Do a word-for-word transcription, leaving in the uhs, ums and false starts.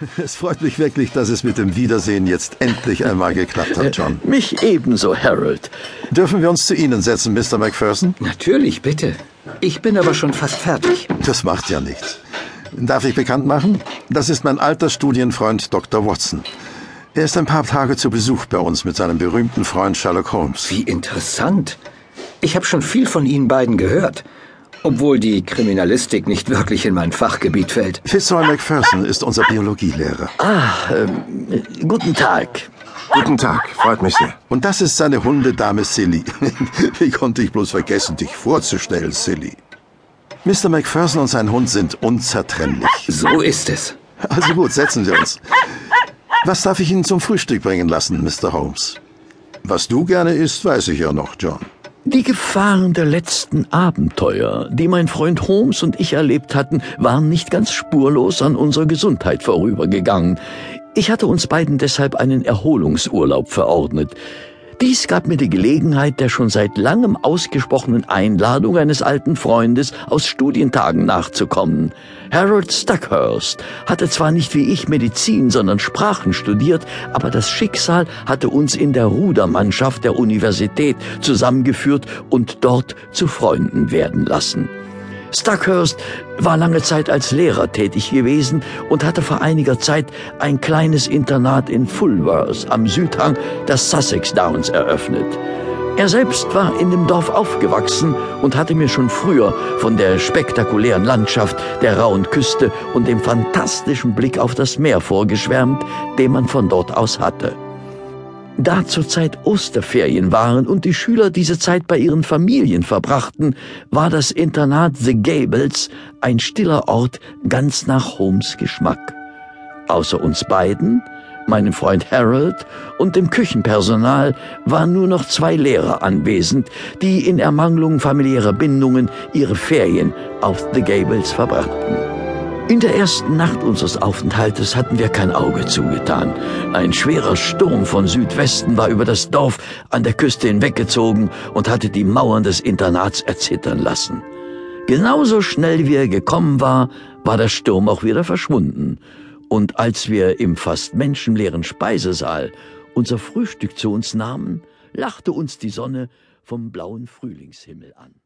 Es freut mich wirklich, dass es mit dem Wiedersehen jetzt endlich einmal geklappt hat, John. Äh, mich ebenso, Harold. Dürfen wir uns zu Ihnen setzen, Mister Macpherson? Natürlich, bitte. Ich bin aber schon fast fertig. Das macht ja nichts. Darf ich bekannt machen? Das ist mein alter Studienfreund Doktor Watson. Er ist ein paar Tage zu Besuch bei uns mit seinem berühmten Freund Sherlock Holmes. Wie interessant. Ich habe schon viel von Ihnen beiden gehört, obwohl die Kriminalistik nicht wirklich in mein Fachgebiet fällt. Fitzroy Macpherson ist unser Biologielehrer. Ah, ähm, guten Tag. Guten Tag, freut mich sehr. Und das ist seine Hundedame Silly. Wie konnte ich bloß vergessen, dich vorzustellen, Silly? Mister Macpherson und sein Hund sind unzertrennlich. So ist es. Also gut, setzen Sie uns. Was darf ich Ihnen zum Frühstück bringen lassen, Mister Holmes? Was du gerne isst, weiß ich ja noch, John. Die Gefahren der letzten Abenteuer, die mein Freund Holmes und ich erlebt hatten, waren nicht ganz spurlos an unserer Gesundheit vorübergegangen. Ich hatte uns beiden deshalb einen Erholungsurlaub verordnet. Dies gab mir die Gelegenheit, der schon seit langem ausgesprochenen Einladung eines alten Freundes aus Studientagen nachzukommen. Harold Stockhurst hatte zwar nicht wie ich Medizin, sondern Sprachen studiert, aber das Schicksal hatte uns in der Rudermannschaft der Universität zusammengeführt und dort zu Freunden werden lassen. Stockhurst war lange Zeit als Lehrer tätig gewesen und hatte vor einiger Zeit ein kleines Internat in Fulworth am Südhang der Sussex Downs eröffnet. Er selbst war in dem Dorf aufgewachsen und hatte mir schon früher von der spektakulären Landschaft, der rauen Küste und dem fantastischen Blick auf das Meer vorgeschwärmt, den man von dort aus hatte. Da zurzeit Osterferien waren und die Schüler diese Zeit bei ihren Familien verbrachten, war das Internat The Gables ein stiller Ort ganz nach Holmes' Geschmack. Außer uns beiden, meinem Freund Harold und dem Küchenpersonal, waren nur noch zwei Lehrer anwesend, die in Ermangelung familiärer Bindungen ihre Ferien auf The Gables verbrachten. In der ersten Nacht unseres Aufenthaltes hatten wir kein Auge zugetan. Ein schwerer Sturm von Südwesten war über das Dorf an der Küste hinweggezogen und hatte die Mauern des Internats erzittern lassen. Genauso schnell wie er gekommen war, war der Sturm auch wieder verschwunden. Und als wir im fast menschenleeren Speisesaal unser Frühstück zu uns nahmen, lachte uns die Sonne vom blauen Frühlingshimmel an.